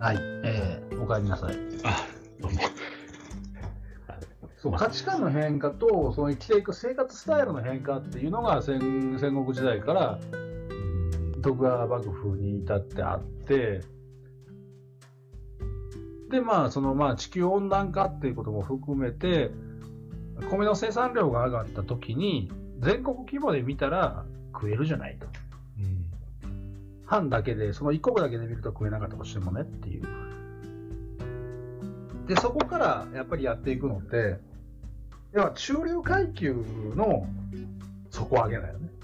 はい、お帰りなさい。 あ、どうも。 そう価値観の変化とその生きていく生活スタイルの変化っていうのが戦国時代から徳川幕府に至ってあって、でその地球温暖化っていうことも含めて米の生産量が上がった時に全国規模で見たら食えるじゃないと。藩だけでその一国だけで見ると食えなかったとしてもねっていう。でそこからやっぱりやっていくのって要は中流階級の底上げだよね。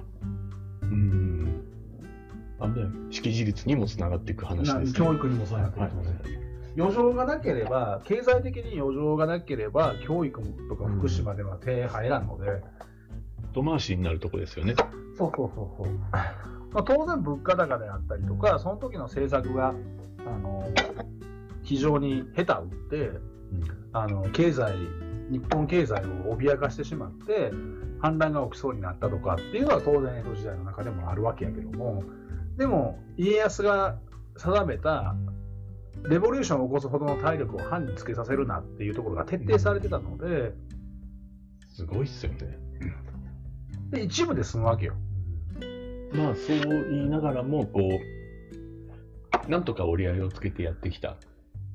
識字率にもつながっていく話ですね。 教育にもつながっていく話、余剰がなければ経済的に余剰がなければ教育とか福祉までは手入らんので、 後回しになるとこですよね。 そう、当然物価高であったりとかその時の政策が非常に下手打って、日本経済を脅かしてしまって反乱が起きそうになったとかっていうのは当然江戸時代の中でもあるわけやけども、でも家康が定めたレボリューションを起こすほどの体力を藩につけさせるなっていうところが徹底されてたので、 すごいっすよね。 で一部で済むわけよ。 そう言いながらもなんとか折り合いをつけてやってきて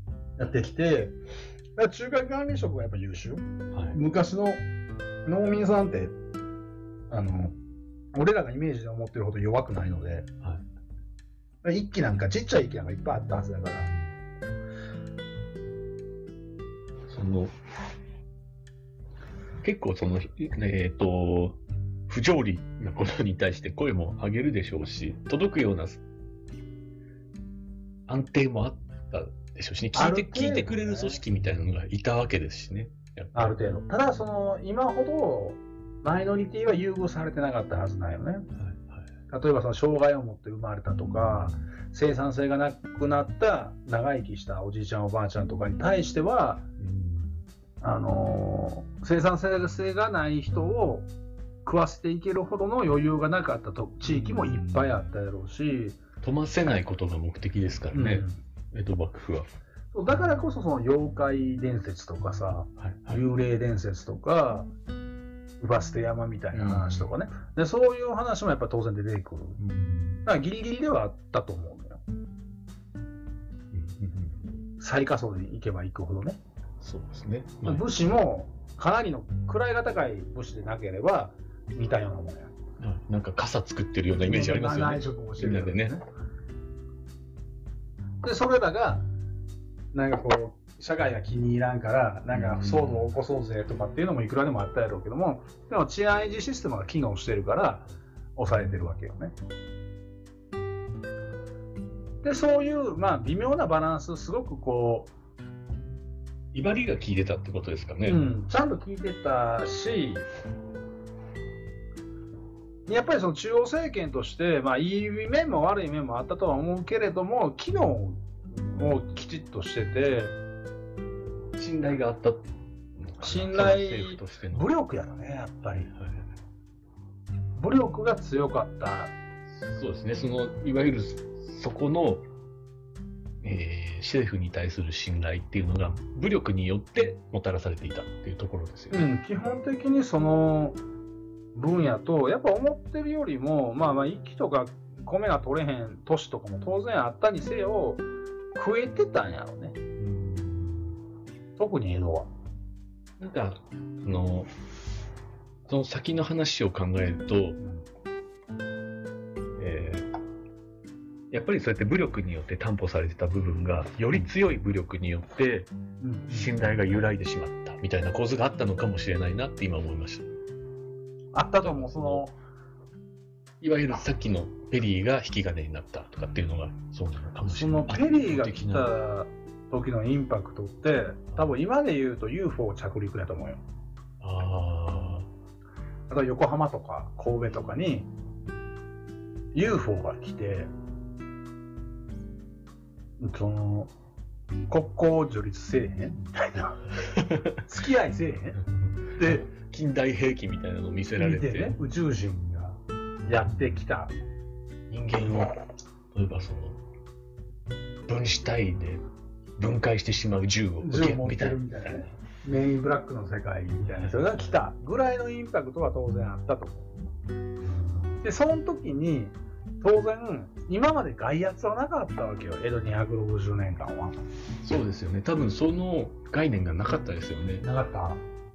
中間管理職がやっぱ優秀、昔の農民さんって俺らがイメージで思ってるほど弱くないので、一揆なんかちっちゃい一揆なんかいっぱいあったはずだから、結構不条理なことに対して声も上げるでしょうし、届くような安定もあったでしょうしね。聞いてくれる組織みたいなのがいたわけですしね。 ある程度。ただ今ほどマイノリティは優遇されてなかったはずだよね。例えば障害を持って生まれたとか、生産性がなくなった長生きしたおじいちゃんおばあちゃんとかに対しては、生産性がない人を食わせていけるほどの余裕がなかった地域もいっぱいあったやろうし、 富ませないことが目的ですからね、江戸幕府は。 だからこそ妖怪伝説とかさ、幽霊伝説とか姥捨て山みたいな話とかね、でそういう話もやっぱ当然出てくる。だからギリギリではあったと思うのよ。最下層で行けば行くほどね。 そうですね。 武士もかなりの位が高い武士でなければ似たようなものや。 なんか傘作ってるようなイメージありますよね。 内職もしてるよね。でそれらがなんか社会が気に入らんからなんか騒動を起こそうぜとかっていうのもいくらでもあったやろうけども、でも治安維持システムが機能してるから抑えてるわけよね。でそういう微妙なバランス、すごく威張りが効いてたってことですかね。 ちゃんと効いてたし、やっぱりその中央政権としていい面も悪い面もあったとは思うけれども、機能もきちっとしてて信頼があった。 信頼、武力やろね、やっぱり。武力が強かった。 そうですね。いわゆるそこの、政府に対する信頼っていうのが武力によってもたらされていたっていうところですよね。 基本的にその分野とやっぱ思ってるよりも一揆とか米が取れへん都市とかも当然あったにせよ食えてたんやろね。特に江戸は。 なんかその先の話を考えると、やっぱりそうやって武力によって担保されてた部分がより強い武力によって信頼が揺らいでしまったみたいな構図があったのかもしれないなって今思いました。 あったと思う。 いわゆるさっきのペリーが引き金になったとかっていうのがそうなのかもしれない。 そのペリーが来た時のインパクトって多分今で言うと UFO 着陸だと思うよ。あと横浜とか神戸とかに UFO が来て国交樹立せえへんみたいな付き合いせえへんで近代兵器みたいなのを見せられて、 ね、宇宙人がやってきた人間を例えば分子単位で分解してしまう銃を持ってるみたいなね、メインブラックの世界みたいな人が来たぐらいのインパクトは当然あったと思う。でその時に当然今まで外圧はなかったわけよ、江戸260年間は。 そうですよね。多分その概念がなかったですよね。 なかった。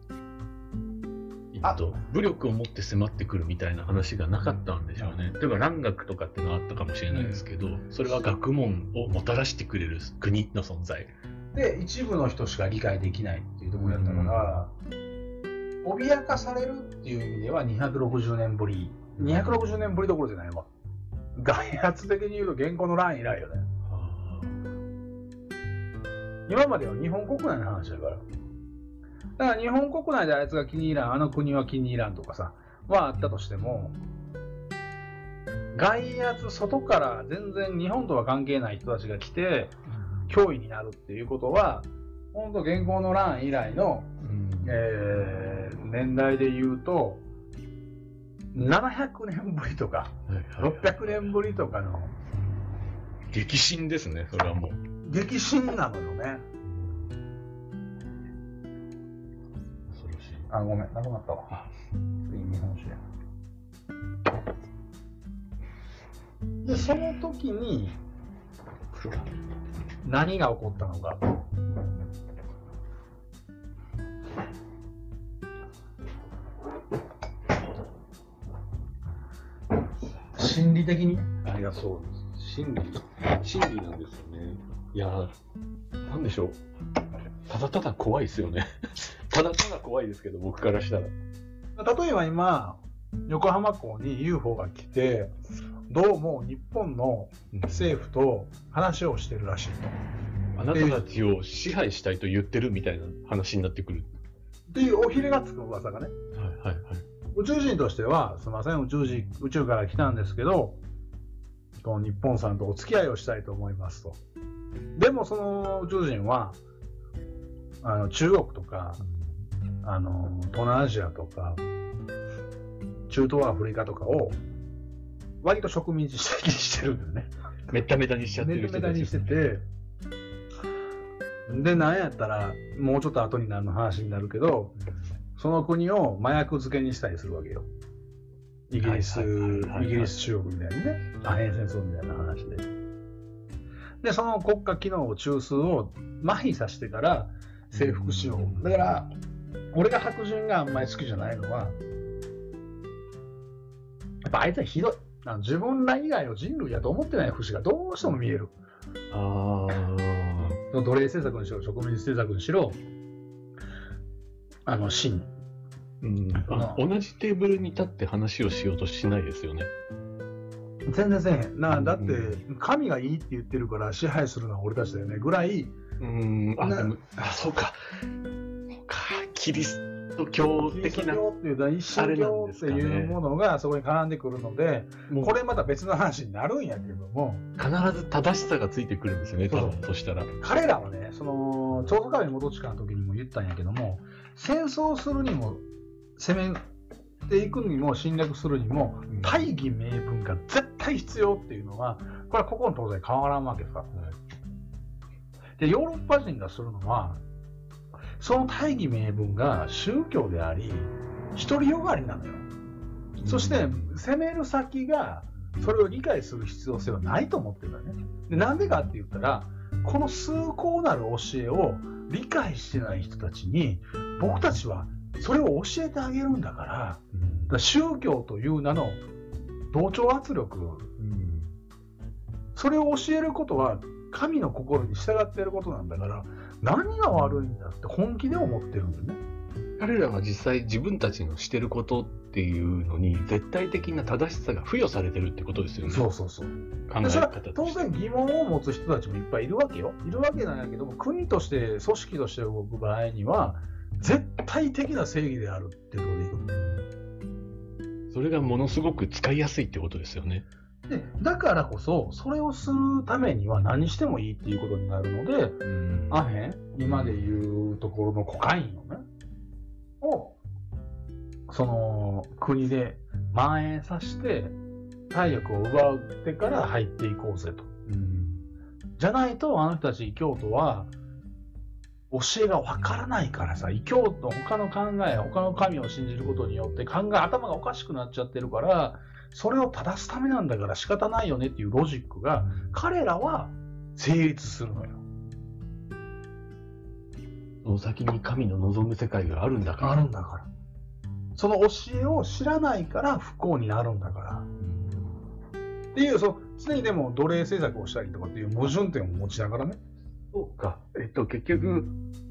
武力を持って迫ってくるみたいな話がなかったんでしょうね。例えば蘭学とかってのはあったかもしれないですけど、それは学問をもたらしてくれる国の存在で、一部の人しか理解できないっていうところだったから、脅かされるっていう意味では260年ぶりどころじゃないわ。外圧的に言うと現行の乱以来よね。今までは日本国内の話だから。だから日本国内であいつが気に入らん、あの国は気に入らんとかさ、はあったとしても、外圧、外から全然日本とは関係ない人たちが来て、脅威になるっていうことは、本当現行の乱以来の、年代で言うと、700年ぶりとか、600年ぶりとかの。 激震ですね、それはもう。 激震なのよね。あ、ごめん、なくなったわ。日本酒や。で、その時に、何が起こったのか。心理的に。 ありがとう。心理なんですよね。いや、なんでしょう。ただただ怖いですよね。ただただ怖いですけど、僕からしたら。 例えば今、横浜港に UFO が来て、どうも日本の政府と話をしてるらしいと。 あなたたちを支配したいと言ってるみたいな話になってくる。 っていうおひれがつく噂がね。 はいはいはい。 宇宙人としては、すみません、宇宙から来たんですけど、この日本さんとお付き合いをしたいと思いますと。でもその宇宙人は、中国とか、東南アジアとか、中東アフリカとかを、割と植民地的にしてるんだよね。 めっためたにしちゃってる人たち。 めっためたにしてて、で、なんやったら、もうちょっと後になるの話になるけど、その国を麻薬漬けにしたりするわけよ。イギリス、中国みたいにね、アヘン戦争みたいな話で。で、その国家機能中枢を麻痺させてから征服しよう。だから、俺が白人があんまり好きじゃないのは、やっぱあいつはひどい。自分ら以外を人類やと思ってない節がどうしても見える。奴隷政策にしろ、植民地政策にしろ、真。 同じテーブルに立って話をしようとしないですよね。 全然せえへん。だって、神がいいって言ってるから支配するのは俺たちだよね。ぐらい。 そうか。キリスト教的な。 一神教っていうものがそこに絡んでくるので、これまた別の話になるんやけども。 必ず正しさがついてくるんですよね、多分そしたら。 彼らはね、長宗我部元親の時にも言ったんやけども、戦争するにも、攻めていくにも侵略するにも大義名分が絶対必要っていうのはこれはここの当然変わらんわけさ。でヨーロッパ人がするのはその大義名分が宗教であり独りよがりなのよ。そして攻める先がそれを理解する必要性はないと思ってるんだね。でなんでかって言ったらこの崇高なる教えを理解してない人たちに僕たちはそれを教えてあげるんだから、宗教という名の同調圧力、それを教えることは神の心に従っていることなんだから何が悪いんだって本気で思ってるんだよね。 彼らは実際自分たちのしてることっていうのに絶対的な正しさが付与されてるってことですよね。 そう。 考え方として。 当然疑問を持つ人たちもいっぱいいるわけよ。いるわけなんやけども国として組織として動く場合には絶対的な正義であるっていうことでいく。 それがものすごく使いやすいってことですよね。 でだからこそそれをするためには何してもいいっていうことになるので、アヘン今でいうところのコカインをねその国で蔓延させて体力を奪ってから入っていこうぜと。 じゃないとあの人たち異教徒は教えが分からないからさ、異教徒他の考え、他の神を信じることによって頭がおかしくなっちゃってるから、それを正すためなんだから仕方ないよねっていうロジックが彼らは成立するのよ。 その先に神の望む世界があるんだから。 あるんだから。その教えを知らないから不幸になるんだから。っていう、常にでも奴隷政策をしたりとかっていう矛盾点を持ちながらね。 そうか。結局、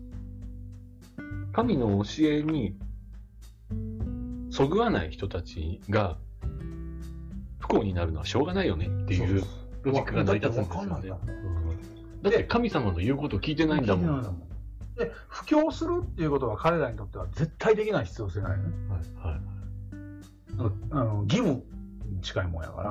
神の教えにそぐわない人たちが不幸になるのはしょうがないよねっていうロジックが成り立つんですよね。だって神様の言うことを聞いてないんだもん。 で、布教するっていうことは彼らにとっては絶対的な必要性ないよね。義務に近いもんやから。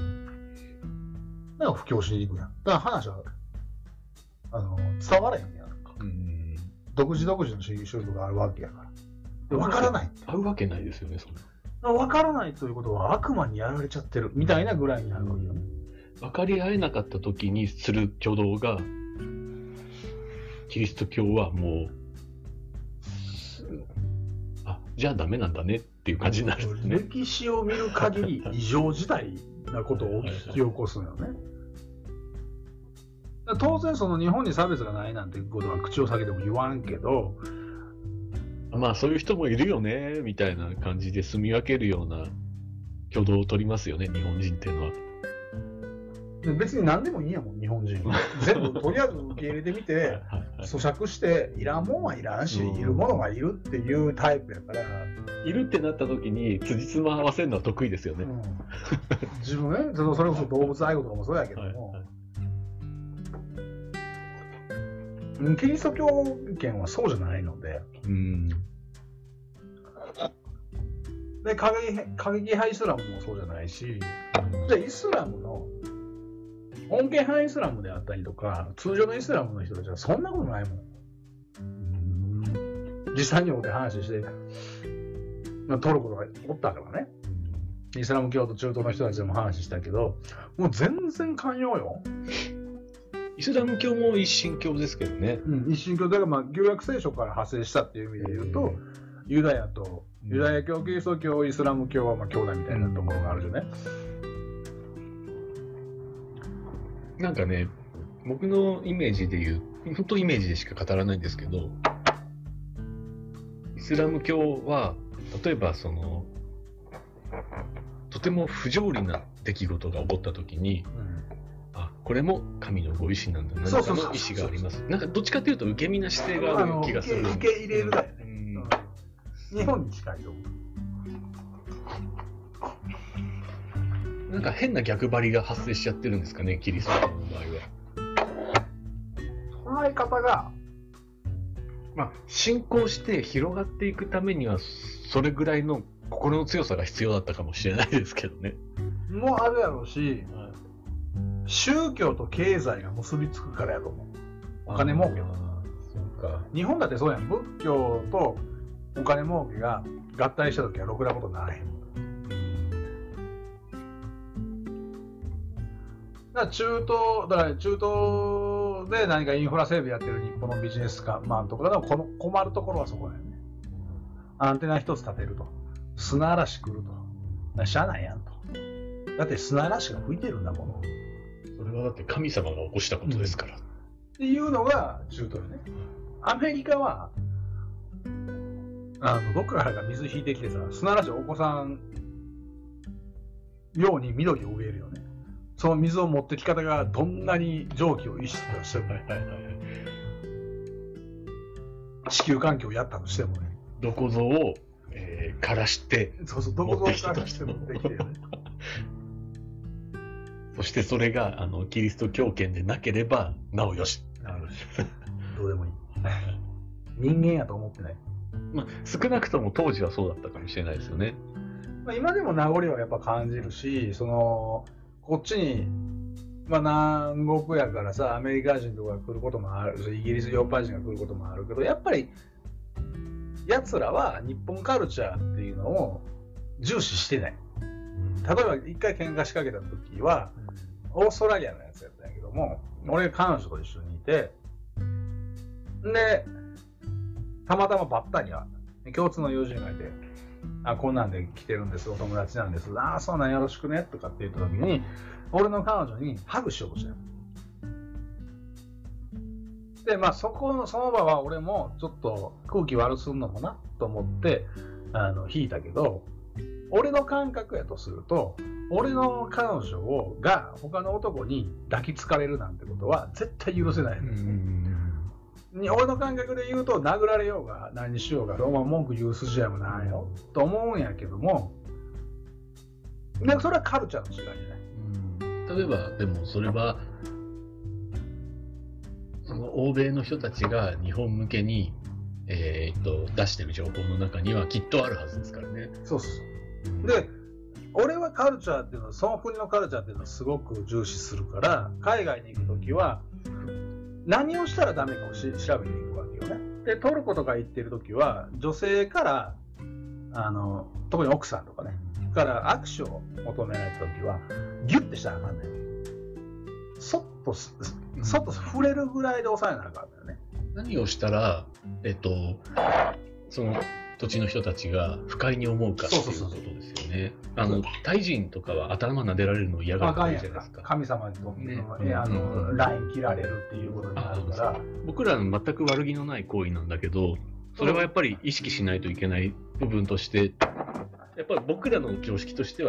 だから布教しに行くやん。だから話は伝わらへんやんか。独自の主義宗教があるわけやから。分からない。 あるわけないですよね、そんな。分からないということは悪魔にやられちゃってるみたいなぐらいになるわけよね。 分かり合えなかった時にする挙動が、キリスト教はもう、じゃあダメなんだねっていう感じになるんですね。 歴史を見る限り異常事態なことを引き起こすのよね。当然日本に差別がないなんてことは口を裂けても言わんけど、 まあそういう人もいるよねみたいな感じで住み分けるような挙動を取りますよね、日本人っていうのは。 別に何でもいいやもん、日本人全部とりあえず受け入れてみて咀嚼していらんもんはいらんし、いるものがいるっていうタイプやから、 いるってなった時に辻褄合わせるのは得意ですよね、 自分ね、それこそ動物愛護とかもそうやけども、キリスト教圏はそうじゃないので、で過激派イスラムもそうじゃないし、じゃあイスラムの本家派イスラムであったりとか通常のイスラムの人たちはそんなことないもん。実際におって話してトルコとかおったからね、イスラム教と中東の人たちでも話したけど、もう全然寛容よ。 イスラム教も一神教ですけどね。 一神教だから旧約聖書から派生したっていう意味で言うと、ユダヤ教、キリスト教、イスラム教は兄弟みたいなところがあるじゃね。 なんかね、僕のイメージで言う、本当イメージでしか語らないんですけど、イスラム教は例えばとても不条理な出来事が起こった時に、これも神のご意志なんだな、何かの意志があります。なんかどっちかというと受け身な姿勢がある気がする。 受け入れるだよね。日本に近いと思う。なんか変な逆張りが発生しちゃってるんですかね、キリスト教の場合は。 捉え方が、 信仰して広がっていくためにはそれぐらいの心の強さが必要だったかもしれないですけどね。 もうあるやろうし、宗教と経済が結びつくからやと思う。お金儲けと。 そうか。 日本だってそうやん。仏教とお金儲けが合体した時はろくなことならへん。だから中東で何かインフラ整備やってる日本のビジネスマンとかでも困るところはそこだよね。アンテナ一つ立てると。砂嵐来ると。しゃあないやんと。だって砂嵐が吹いてるんだもの。 それはだって神様が起こしたことですから。 っていうのが中東よね。アメリカは、どっからか水引いてきてさ、砂嵐を起こさんように緑を植えるよね。その水を持ってき方がどんなに蒸気を逸してたとしても、地球環境をやったとしてもね。 どこぞを、枯らして、 どこぞを枯らして持ってきてね。 そしてそれがキリスト教圏でなければなおよし。 どうでもいい。人間やと思ってない。 少なくとも当時はそうだったかもしれないですよね。 今でも名残はやっぱ感じるし、こっちに、南国やからさ、アメリカ人とか来ることもある、イギリス、ヨーロッパ人が来ることもあるけど、やっぱり、奴らは日本カルチャーっていうのを重視してない。例えば、一回喧嘩しかけた時は、オーストラリアのやつやったんやけども、 俺彼女と一緒にいて、で、たまたまばったりは共通の友人がいて、あ、こんなんで来てるんです、お友達なんです、ああ、そうなんよろしくねとかって言った時に、俺の彼女にハグしようとしたよ。で、まあその場は俺もちょっと空気悪すんのもなと思って引いたけど、俺の感覚やとすると、俺の彼女が他の男に抱きつかれるなんてことは絶対許せない。俺の感覚で言うと、殴られようが何しようがお前文句言う筋合いもないよと思うんやけども、でそれはカルチャーの違いじゃない。 例えばでもそれはその欧米の人たちが日本向けに、出してる情報の中にはきっとあるはずですからね。 そうそうそう。で、俺はカルチャーっていうのは、その国のカルチャーっていうのはすごく重視するから、海外に行くときは何をしたらダメかを調べていくわけよね。で、トルコとか行ってるときは、女性から特に奥さんとかねから握手を求められたときはギュッてしたらあかんねん。そっと触れるぐらいで抑えなあかんだよね。 何をしたら、その土地の人たちが不快に思うかっていうことですよね。タイ人とかは頭撫でられるのを嫌がるじゃないですか。 神様と、ね、ライン切られるっていうことになるから。 僕らの全く悪気のない行為なんだけど、それはやっぱり意識しないといけない部分として、やっぱり僕らの常識としては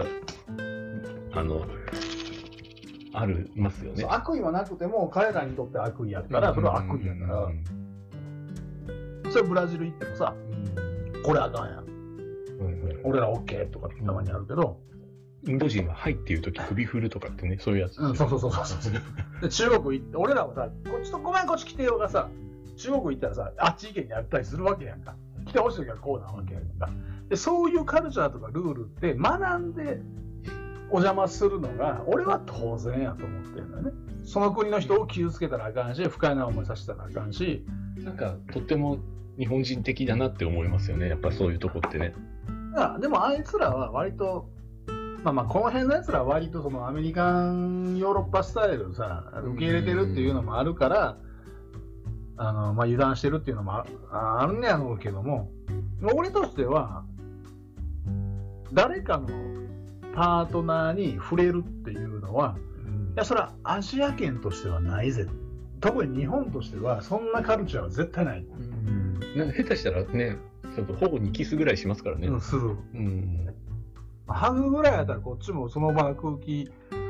ありますよね。 悪意はなくても彼らにとって悪意やったら、それは悪意やから、それブラジル行ってもさ、これあかんやん、俺ら OK とかってたまにあるけど、 インド人ははいっていう時首振るとかってね、そういうやつ、 そうで中国行って俺らはさ、こっちとごめんこっち来てよがさ、中国行ったらさ、あっち意見にやったりするわけやんか。来てほしい時はこうなわけやんか。でそういうカルチャーとかルールって学んでお邪魔するのが俺は当然やと思ってるんだよね。その国の人を傷つけたらあかんし、不快な思いさせたらあかんし、 なんかとっても日本人的だなって思いますよね、やっぱそういうとこってね。 でもあいつらは割とこの辺のやつらは割とそのアメリカンヨーロッパスタイルをさ受け入れてるっていうのもあるから、油断してるっていうのもあるんやろうけども、俺としては誰かのパートナーに触れるっていうのは、いやそれはアジア圏としてはないぜ。特に日本としてはそんなカルチャーは絶対ない。 下手したらね、ちょっとほぼ2キスぐらいしますからね。 する。ハグぐらいやったらこっちもその場の空気、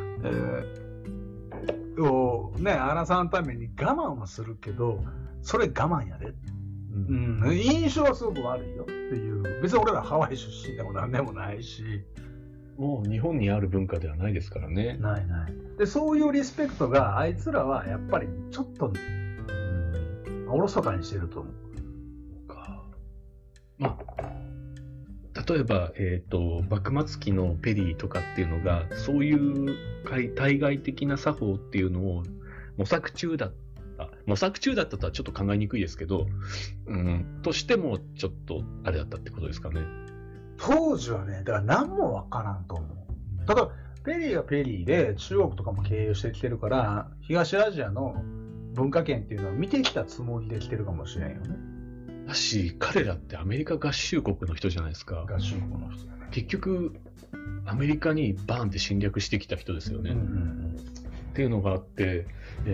をね荒らさんために我慢はするけど、それ我慢やで。印象はすごく悪いよっていう。別に俺らハワイ出身でもなんでもないし。 もう日本にある文化ではないですからね。 ない。でそういうリスペクトがあいつらはやっぱりちょっとおろそかにしてると思う。 例えば、幕末期のペリーとかっていうのがそういう対外的な作法っていうのを模索中だったとはちょっと考えにくいですけど、としてもちょっとあれだったってことですかね。 当時はね、だから何もわからんと思う。ただペリーはペリーで中国とかも経由してきてるから、東アジアの文化圏っていうのを見てきたつもりで来てるかもしれんよね。 だし、彼らってアメリカ合衆国の人じゃないですか。 合衆国の人だね。 結局アメリカにバーンって侵略してきた人ですよね。っていうのがあって、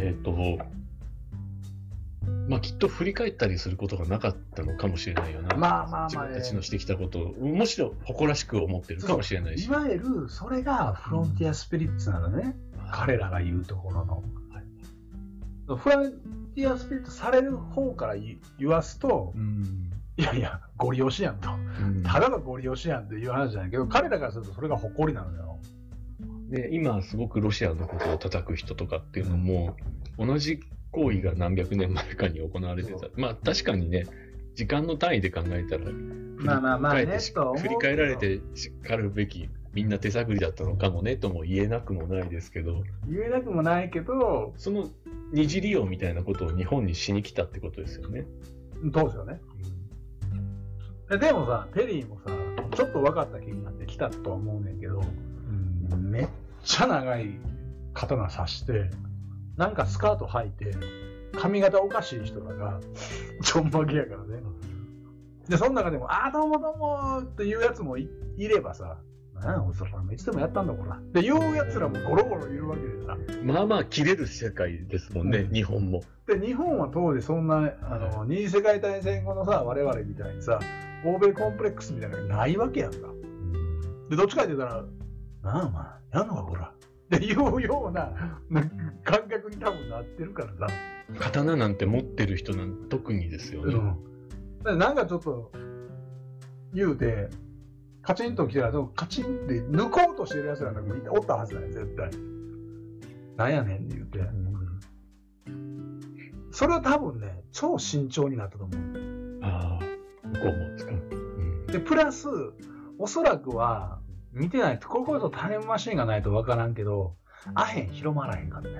きっと振り返ったりすることがなかったのかもしれないよな。自分たちのしてきたことをむしろ誇らしく思ってるかもしれないし。 いわゆるそれがフロンティアスピリッツなのね。彼らが言うところの。フロンティアスピリッツされる方から言わすと、いやゴリ押しやんと、ただのゴリ押しやんっていう話じゃないけど、彼らからするとそれが誇りなのよ。 で今すごくロシアのことを叩く人とかっていうのも、同じ行為が何百年前かに行われてた。確かにね、時間の単位で考えたら振り返られてしかるべき、みんな手探りだったのかもねとも言えなくもないですけど、その二次利用みたいなことを日本にしに来たってことですよね。 当時はね。でもさ、ペリーもさ、ちょっと分かった気になってきたとは思うねんけど、めっちゃ長い刀刺してなんかスカート履いて髪型おかしい人らがちょんまげやからね。でその中でも「あーどうもどうも」っていうやつも いればさ「なんやおそらいつでもやったんだこら」っていうやつらもゴロゴロいるわけでさ。 まあまあ切れる世界ですもんね、日本も。 で日本は当時そんな二次世界大戦後のさ我々みたいにさ欧米コンプレックスみたいなのがないわけやんか。でどっちかって言ったら「なあお前やんのかこら」っていうような感覚に多分なってるからさ。 刀なんて持ってる人なんて特にですよね。 でなんかちょっと言うてカチンときてらカチンって抜こうとしてるやつらなんかおったはずだよ絶対。なんやねんって言って、それは多分ね超慎重になったと思う。 ああ向こうもですか。 でプラスおそらくは見てないとこれとタイムマシーンがないと分からんけどアヘン広まらへんかったよ。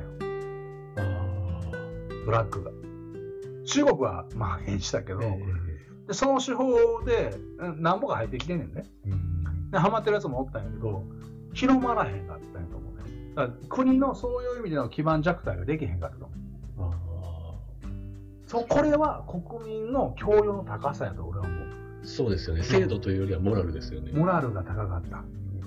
ブラックが中国はまあ変したけど、でその手法で何ぼか入ってきてんねんね。でハマってるやつもおったんやけど広まらへんかったんやと思うね。だから国のそういう意味での基盤弱体ができへんかったと思う。これは国民の教養の高さやと俺は思う。 そうですよね。制度というよりはモラルですよね。 モラルが高かった。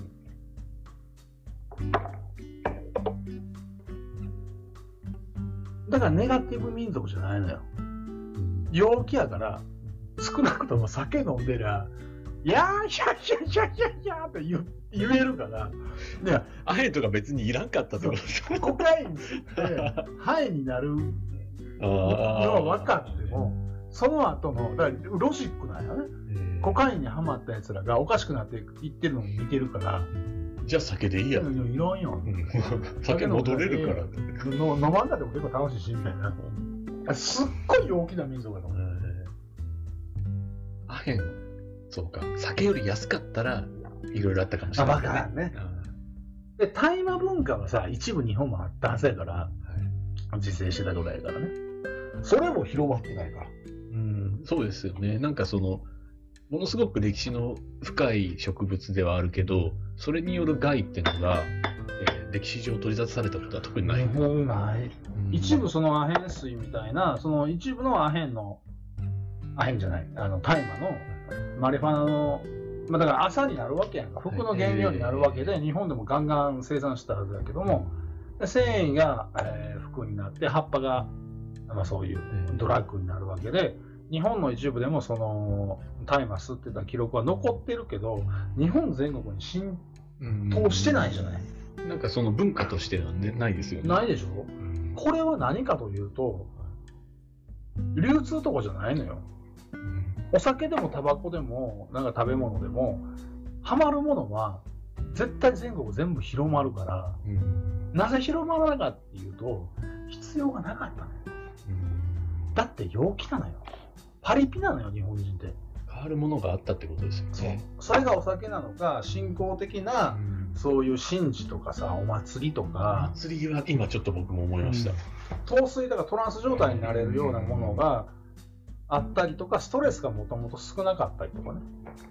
だからネガティブ民族じゃないのよ。陽気やから少なくとも酒飲んでりゃ「いやーひゃひゃひゃひゃひゃ」って言えるから。でアヘンとか別にいらんかったってことですか。 コカインってハイになるのは分かってもその後のだからロジックなんやね。コカインにはまったやつらがおかしくなっていってるのを見てるから。 じゃあ酒でいいや。いらんよ。 酒戻れるから。 飲まんだっても結構楽しいしみたいな。すっごい陽気な民族だと思う。 アヘン、そうか。酒より安かったらいろいろあったかもしれない。 バカね。で大麻文化はさ一部日本もあったはずやから、自生してたぐらいやからね。それも広まってないから。 そうですよね。なんかそのものすごく歴史の深い植物ではあるけど、それによる害っていうのが、歴史上取り沙汰されたことは特にない。 ない。一部そのアヘン水みたいな、その一部のアヘンじゃない、大麻のマリファナの、だから朝になるわけやんか。服の原料になるわけで、日本でもガンガン生産したはずだけども、繊維が、服になって、葉っぱが、そういうドラッグになるわけで、日本の一部でもその大麻吸ってた記録は残ってるけど日本全国に浸透してないじゃない。 なんかその文化としては、ね、ないですよね。 ないでしょ。これは何かというと流通とかじゃないのよ。お酒でもタバコでもなんか食べ物でもハマるものは絶対全国全部広まるから、なぜ広まらなかったっていうと必要がなかったのよ。だって陽気なのよ。パリピなのよ日本人って。 変わるものがあったってことですよね。 それがお酒なのか信仰的な、そういう神事とかさお祭りとか。 お祭りは今ちょっと僕も思いました。 陶酔だからトランス状態になれるようなものがあったりとかストレスがもともと少なかったりとかね。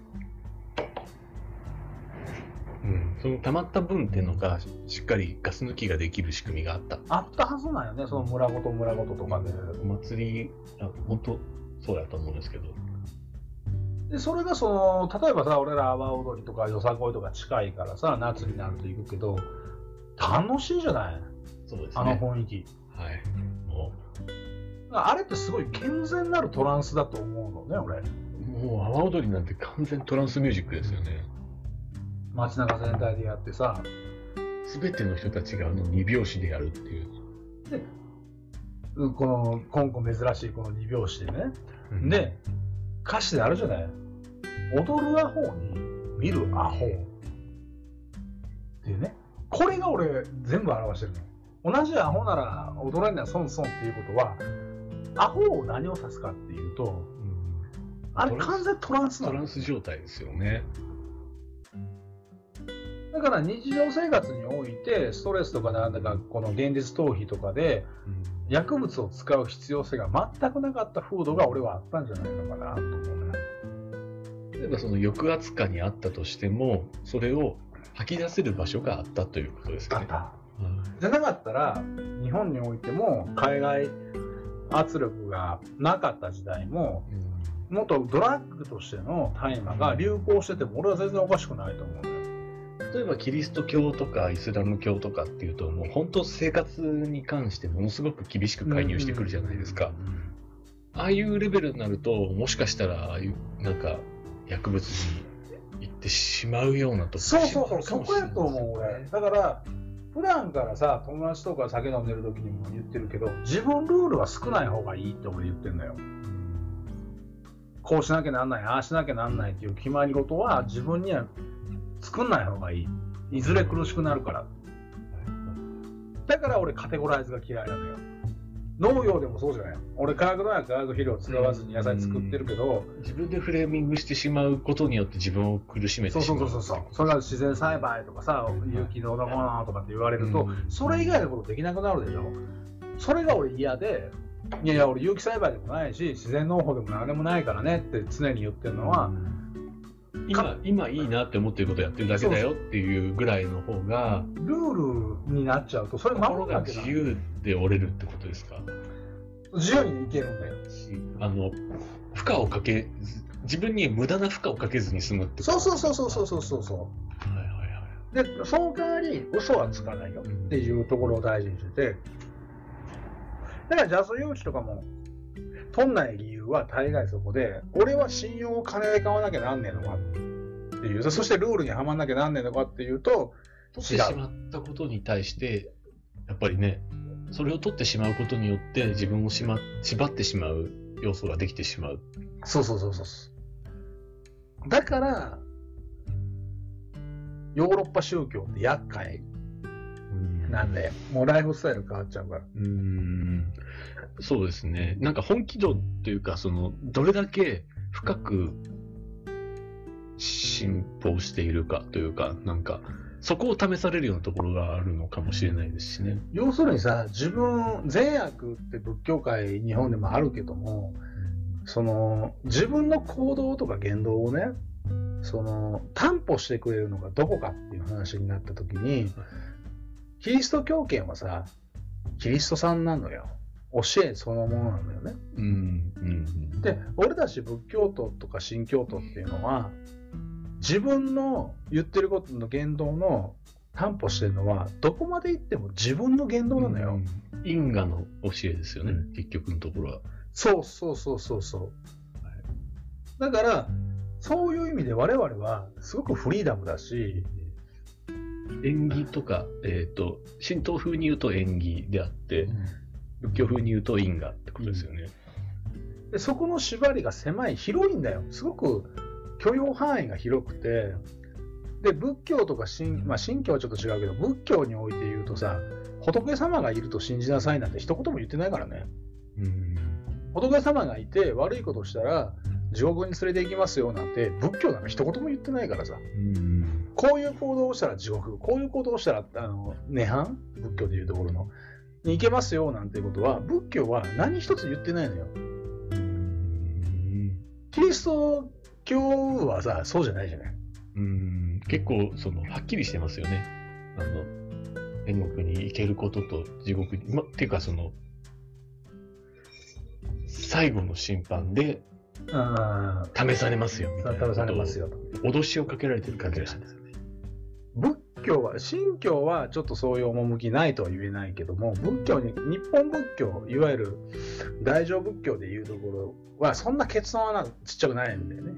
その溜まった分っていうのがしっかりガス抜きができる仕組みがあったはずなんよね。その村ごととかでお祭り本当そうやと思うんですけど。 でそれがその例えばさ俺ら阿波踊りとかよさこいとか近いからさ夏になると行くけど楽しいじゃない。 そうですね、 あの雰囲気。もうあれってすごい健全なるトランスだと思うのね俺。 もう阿波踊りなんて完全トランスミュージックですよね。 街中全体でやってさ全ての人たちが2拍子でやるっていう。 でこの今珍しいこの2拍子でね、で歌詞であるじゃない。踊るアホに見るアホっていうね。これが俺全部表してるの。同じアホなら踊らんには損損っていうことはアホを何を指すかっていうと、あれ完全トランスなの。 トランス状態ですよね。 だから日常生活においてストレスとかなんだかこの現実逃避とかで薬物を使う必要性が全くなかった風土が俺はあったんじゃないのかなと思うね。 例えばその抑圧下にあったとしてもそれを吐き出せる場所があったということですかね。 じゃなかったら日本においても海外圧力がなかった時代も、もっとドラッグとしての大麻が流行してても俺は全然おかしくないと思うのよ。 例えばキリスト教とかイスラム教とかっていうと、もう本当生活に関してものすごく厳しく介入してくるじゃないですか。ああいうレベルになると、もしかしたらああいうなんか薬物に行ってしまうようなとこそうそうそう、そこやと思う俺。だから普段からさ、友達とか酒飲んでる時にも言ってるけど、自分ルールは少ない方がいいって俺言ってんだよ。こうしなきゃなんない、ああしなきゃなんないっていう決まり事は自分には作んない方がいい。いずれ苦しくなるから。だから俺カテゴライズが嫌いなのよ。農業でもそうじゃない。俺化学農薬、化学肥料を使わずに野菜作ってるけど、 自分でフレーミングしてしまうことによって自分を苦しめてしまう。 そう。それが自然栽培とかさ、有機農だものとかって言われると、それ以外のことできなくなるでしょ。それが俺嫌で、いや俺有機栽培でもないし自然農法でも何でもないからねって常に言ってるのは、 今いいなって思ってることやってるだけだよっていうぐらいの方が、 ルールになっちゃうとそれ守心が自由で折れるってことですか。 自由にいけるんだよ。 負荷をかけず、自分に無駄な負荷をかけずに済むってこと。 そう。でその代わり嘘はつかないよっていうところを大事にしてて、だからジャズ誘致とかも取んない理由は大概そこで、俺は信用を金で買わなきゃなんねえのかっていう、そしてルールにはまんなきゃなんねえのかっていうと、 取ってしまったことに対してやっぱりね、それを取ってしまうことによって自分を縛ってしまう要素ができてしまう。 そう。だからヨーロッパ宗教って厄介なんで、もうライフスタイル変わっちゃうから。 そうですね。なんか本気度というか、どれだけ深く信奉しているかというか、なんかそこを試されるようなところがあるのかもしれないですしね。 要するにさ、善悪って仏教界日本でもあるけども、自分の行動とか言動をね、担保してくれるのがどこかっていう話になった時に、キリスト教圏はさ、キリストさんなのよ。教えそのものなのよね。で、俺たち仏教徒とか神教徒っていうのは、自分の言ってることの言動の担保してるのは、どこまで行っても自分の言動なのよ。 因果の教えですよね、結局のところは。 そう。だから、そういう意味で我々はすごくフリーダムだし、 縁起とか、神道風に言うと縁起であって、仏教風に言うと因果ってことですよね。 でそこの縛りが広いんだよ。すごく許容範囲が広くて、で仏教とか神教はちょっと違うけど、仏教において言うとさ、仏様がいると信じなさいなんて一言も言ってないからね。仏様がいて悪いことをしたら地獄に連れて行きますよなんて仏教なんか一言も言ってないからさ。こういう行動をしたら地獄、こういう行動をしたら涅槃、仏教でいうところのに行けますよなんていうことは仏教は何一つ言ってないのよ。キリスト教はさ、そうじゃないじゃない。 結構はっきりしてますよね。天国に行けることと地獄に、っていうか最後の審判で試されますよみたいなことを脅しをかけられてる感じがしますよね。 仏教は、神教はちょっとそういう趣ないとは言えないけども、仏教に、日本仏教、いわゆる大乗仏教でいうところは、そんな結論はちっちゃくないんだよね。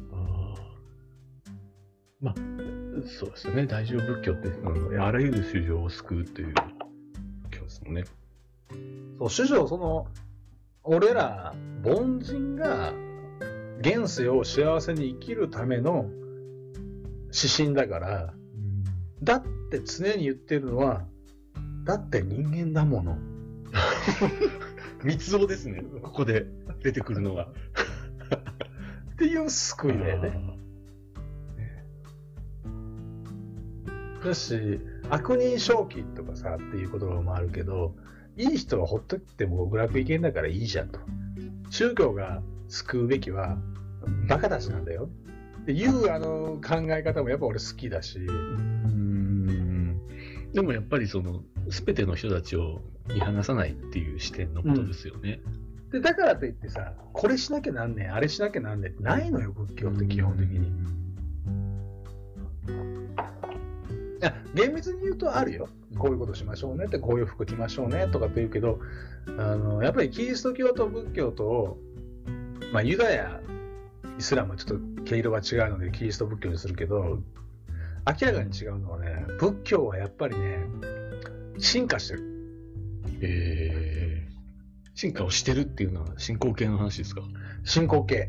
そうですよね。大乗仏教って、あらゆる衆生を救うという教ですもんね。 そう、衆生、俺ら凡人が現世を幸せに生きるための指針だから、だって常に言ってるのは、だって人間だもの。 密造ですね、ここで出てくるのは。 っていう救いだよね。だし、悪人正気とかさっていう言葉もあるけど、いい人はほっといても極楽行けんだからいいじゃんと。宗教が救うべきはバカたちなんだよっていう考え方もやっぱ俺好きだし。 でもやっぱりその全ての人たちを見放さないっていう視点のことですよね。 でだからといってさ、これしなきゃなんねん、あれしなきゃなんねんってないのよ、仏教って基本的に。いや厳密に言うとあるよ。こういうことしましょうねって、こういう服着ましょうねとかって言うけど、やっぱりキリスト教と仏教と、まあ、ユダヤ、イスラムはちょっと毛色が違うのでキリスト仏教にするけど、明らかに違うのはね、仏教はやっぱりね、進化してる。 進化をしてるっていうのは進行形の話ですか？ 進行形。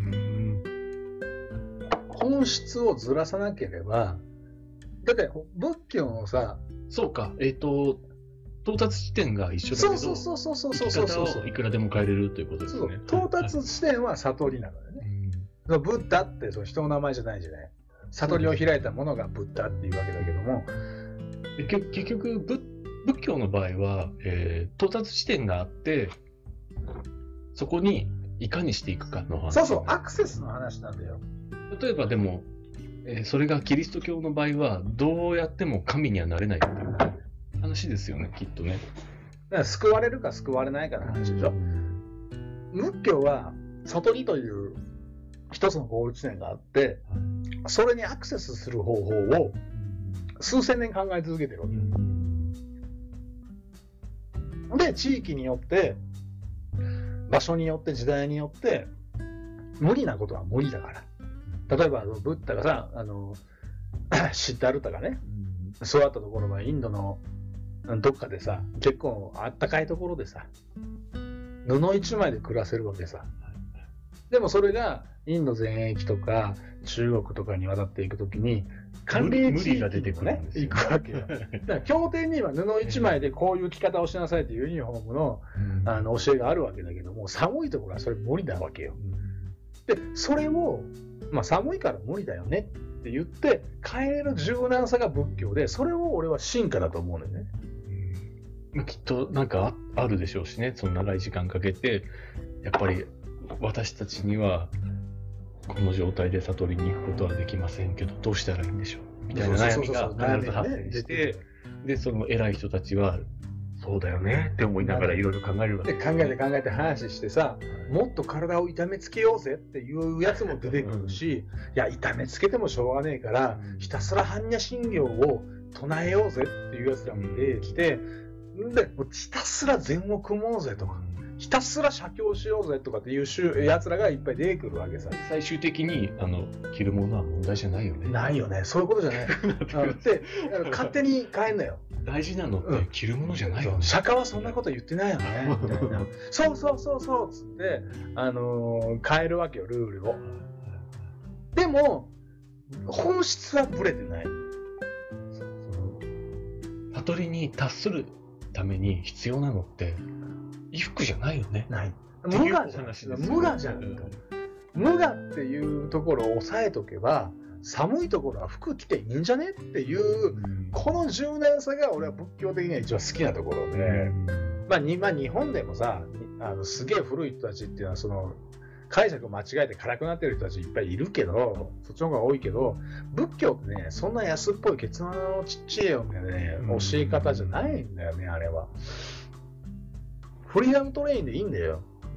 本質をずらさなければ、だって仏教のさ、 そうか、到達地点が一緒だけど、生き方をいくらでも変えれるということですね。 到達地点は悟りなのよね。ブッダってその人の名前じゃないじゃない。悟りを開いたものがブッダっていうわけだけども、 結局仏教の場合は、到達地点があって、そこにいかにしていくかの話。 そうそう、アクセスの話なんだよ。 例えばでも、それがキリスト教の場合はどうやっても神にはなれないっていう話ですよね、きっとね。 だから救われるか救われないかの話でしょ。仏教は悟りという一つのゴール地点があって、それにアクセスする方法を数千年考え続けてるわけで、地域によって場所によって時代によって無理なことは無理だから。例えばブッダがさ、シッダルタがね、育ったところはインドのどっかでさ、結構あったかいところでさ、布一枚で暮らせるわけさ。でもそれがインド全域とか中国とかに渡っていくときに寒冷地域が出てくるんですよ、行くわけよ。だから経典には布一枚でこういう着方をしなさいというユニフォームの、教えがあるわけだけども、寒いところはそれ無理なわけよ。でそれを、まあ、寒いから無理だよねって言って変えれる柔軟さが仏教で、それを俺は進化だと思うのよね。 きっとなんか あるでしょうしね、その長い時間かけてやっぱり私たちにはこの状態で悟りに行くことはできませんけどどうしたらいいんでしょうみたいな悩みが必ず発生して、でその偉い人たちはそうだよねって思いながらいろいろ考えるわけで考えて話してさ、もっと体を痛めつけようぜっていうやつも出てくるし、いや痛めつけてもしょうがねえからひたすら般若心経を唱えようぜっていうやつらも出てきて、でひたすら禅を組もうぜとか、ひたすら写経しようぜとかっていうやつらがいっぱい出てくるわけさ。 最終的に着るものは問題じゃないよね。 ないよね、そういうことじゃない。で勝手に変えんなよ。 大事なのって着るものじゃないよね。 釈迦はそんなこと言ってないよねみたいな。そうそうそうそうっつって変えるわけよ、ルールを。でも本質はブレてない。 悟りに達するために必要なのって衣服じゃないよね。 ない。無我じゃん。無我じゃん。無我っていうところを抑えとけば、寒いところは服着ていいんじゃねっていう、この柔軟さが俺は仏教的には一番好きなところで、まあ日本でもさ、すげえ古い人たちっていうのはその解釈を間違えて辛くなってる人たちいっぱいいるけど、そっちの方が多いけど、仏教ってね、そんな安っぽいケツ穴のちっちゃいようなね、教え方じゃないんだよね、あれは。フリーダムトレインでいいんだよ。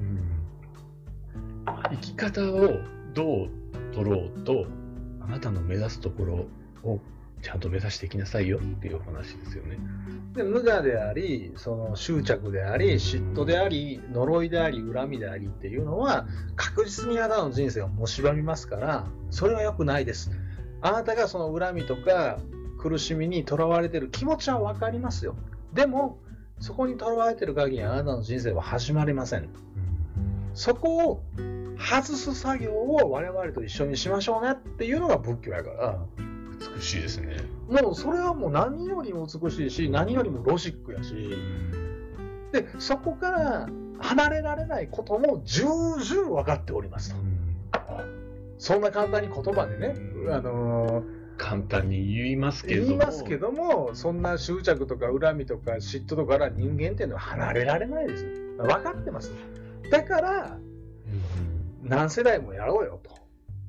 生き方をどう取ろうと、あなたの目指すところをちゃんと目指していきなさいよっていうお話ですよね。 で無我であり、その執着であり、嫉妬であり、呪いであり、恨みでありっていうのは確実にあなたの人生を蝕みますから、それは良くないです。あなたがその恨みとか苦しみにとらわれてる気持ちは分かりますよ。でもそこにとらわれてる限りあなたの人生は始まりません。そこを外す作業を我々と一緒にしましょうねっていうのが仏教やから。 美しいですね。 もうそれはもう何よりも美しいし、何よりもロジックやし、でそこから離れられないことも重々分かっておりますと。そんな簡単に言葉でね、 簡単に言いますけども、そんな執着とか恨みとか嫉妬とかから人間っていうのは離れられないです。分かってます。だから何世代もやろうよと。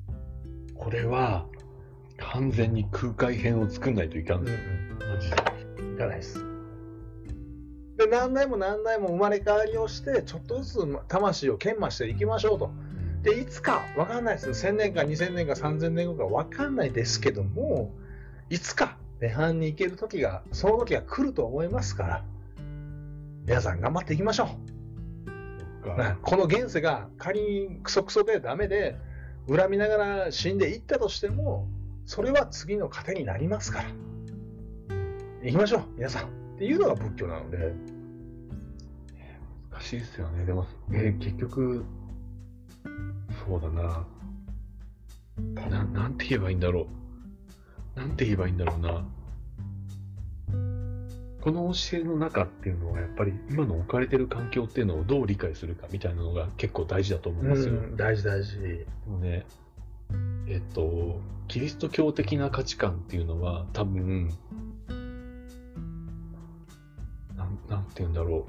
これは完全に空海編を作んないといかんですよ、マジで。 いかないです。で、何代も何代も生まれ変わりをして、ちょっとずつ魂を研磨していきましょうと。で、いつか分かんないです。1000年か2000年か3000年後か分かんないですけども、いつか涅槃に行ける時が、その時が来ると思いますから、皆さん頑張っていきましょう。この現世が仮にクソクソでダメで、恨みながら死んでいったとしても、それは次の糧になりますから。行きましょう、皆さん。っていうのが仏教なので。 難しいですよね。でも、結局、そうだな。なんて言えばいいんだろう。なんて言えばいいんだろうな。この教えの中っていうのはやっぱり今の置かれてる環境っていうのをどう理解するかみたいなのが結構大事だと思うんですよ。 大事大事。 でもね、キリスト教的な価値観っていうのは多分、なんて言うんだろ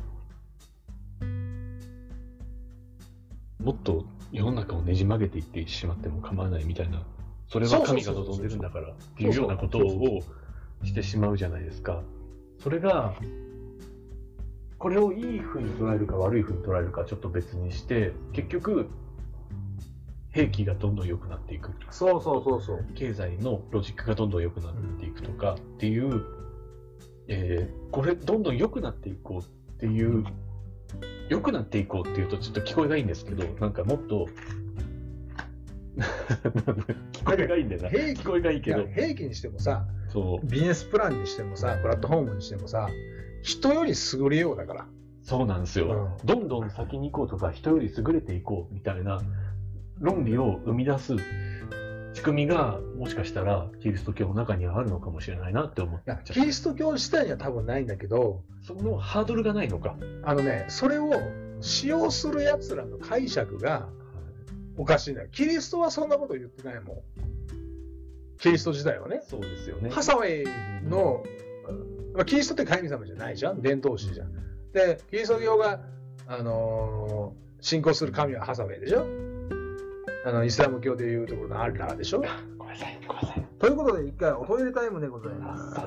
う。もっと世の中をねじ曲げていってしまっても構わないみたいな、それは神が望んでるんだからっていうようなことをしてしまうじゃないですか。それが、これをいい風に捉えるか悪い風に捉えるかちょっと別にして、結局、兵器がどんどん良くなっていく。 そうそうそうそう。 経済のロジックがどんどん良くなっていくとかっていう、これどんどん良くなっていこうっていう、良くなっていこうっていうとちょっと聞こえがいいんですけど、なんかもっと、聞こえがいいんだよな。聞こえがいいけど。 兵器にしてもさ、 そうビジネスプランにしてもさ、プラットフォームにしてもさ、人より優れようだから。 そうなんですよ。どんどん先に行こうとか、人より優れていこうみたいな論理を生み出す仕組みが、もしかしたらキリスト教の中にはあるのかもしれないなって思っちゃった。 キリスト教自体には多分ないんだけど、 そのハードルがないのか。 それを使用する奴らの解釈がおかしいんだよ。キリストはそんなこと言ってないもん。キリスト自体はね。 そうですよね。 ハサウェイの、キリストって神様じゃないじゃん。伝統師じゃん。で、キリスト教が、信仰する神はハサウェイでしょ。イスラム教でいうところのアッラーでしょ。 ごめんなさい、ごめんなさい。 ということで、一回おトイレタイムでございます。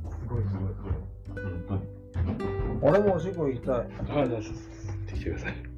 俺もおしっこ行きたい。 はい、大丈夫です。行ってきてください。